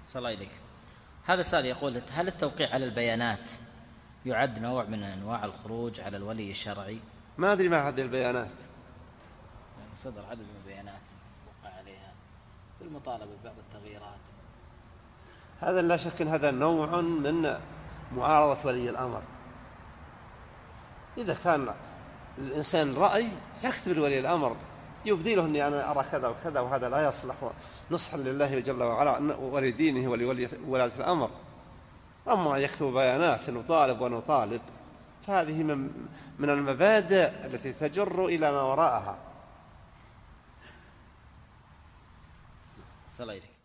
صلى الله عليك. هذا السؤال يقول: هل التوقيع على البيانات يعد نوع من أنواع الخروج على الولي الشرعي؟ ما أدري ما هذه البيانات. يعني صدر عدد من البيانات وقع عليها بالمطالبة ببعض التغييرات. هذا لا شك أن هذا نوع من معارضة ولي الأمر. إذا كان الإنسان رأي يكتب لولي الأمر، يبدي له أني أنا أرى كذا وكذا وهذا لا يصلح، نصحا لله جل وعلا ولدينه ولولاة الأمر. أما يكتب بيانات نطالب ونطالب، فهذه من المبادئ التي تجر إلى ما وراءها. صلى الله عليك.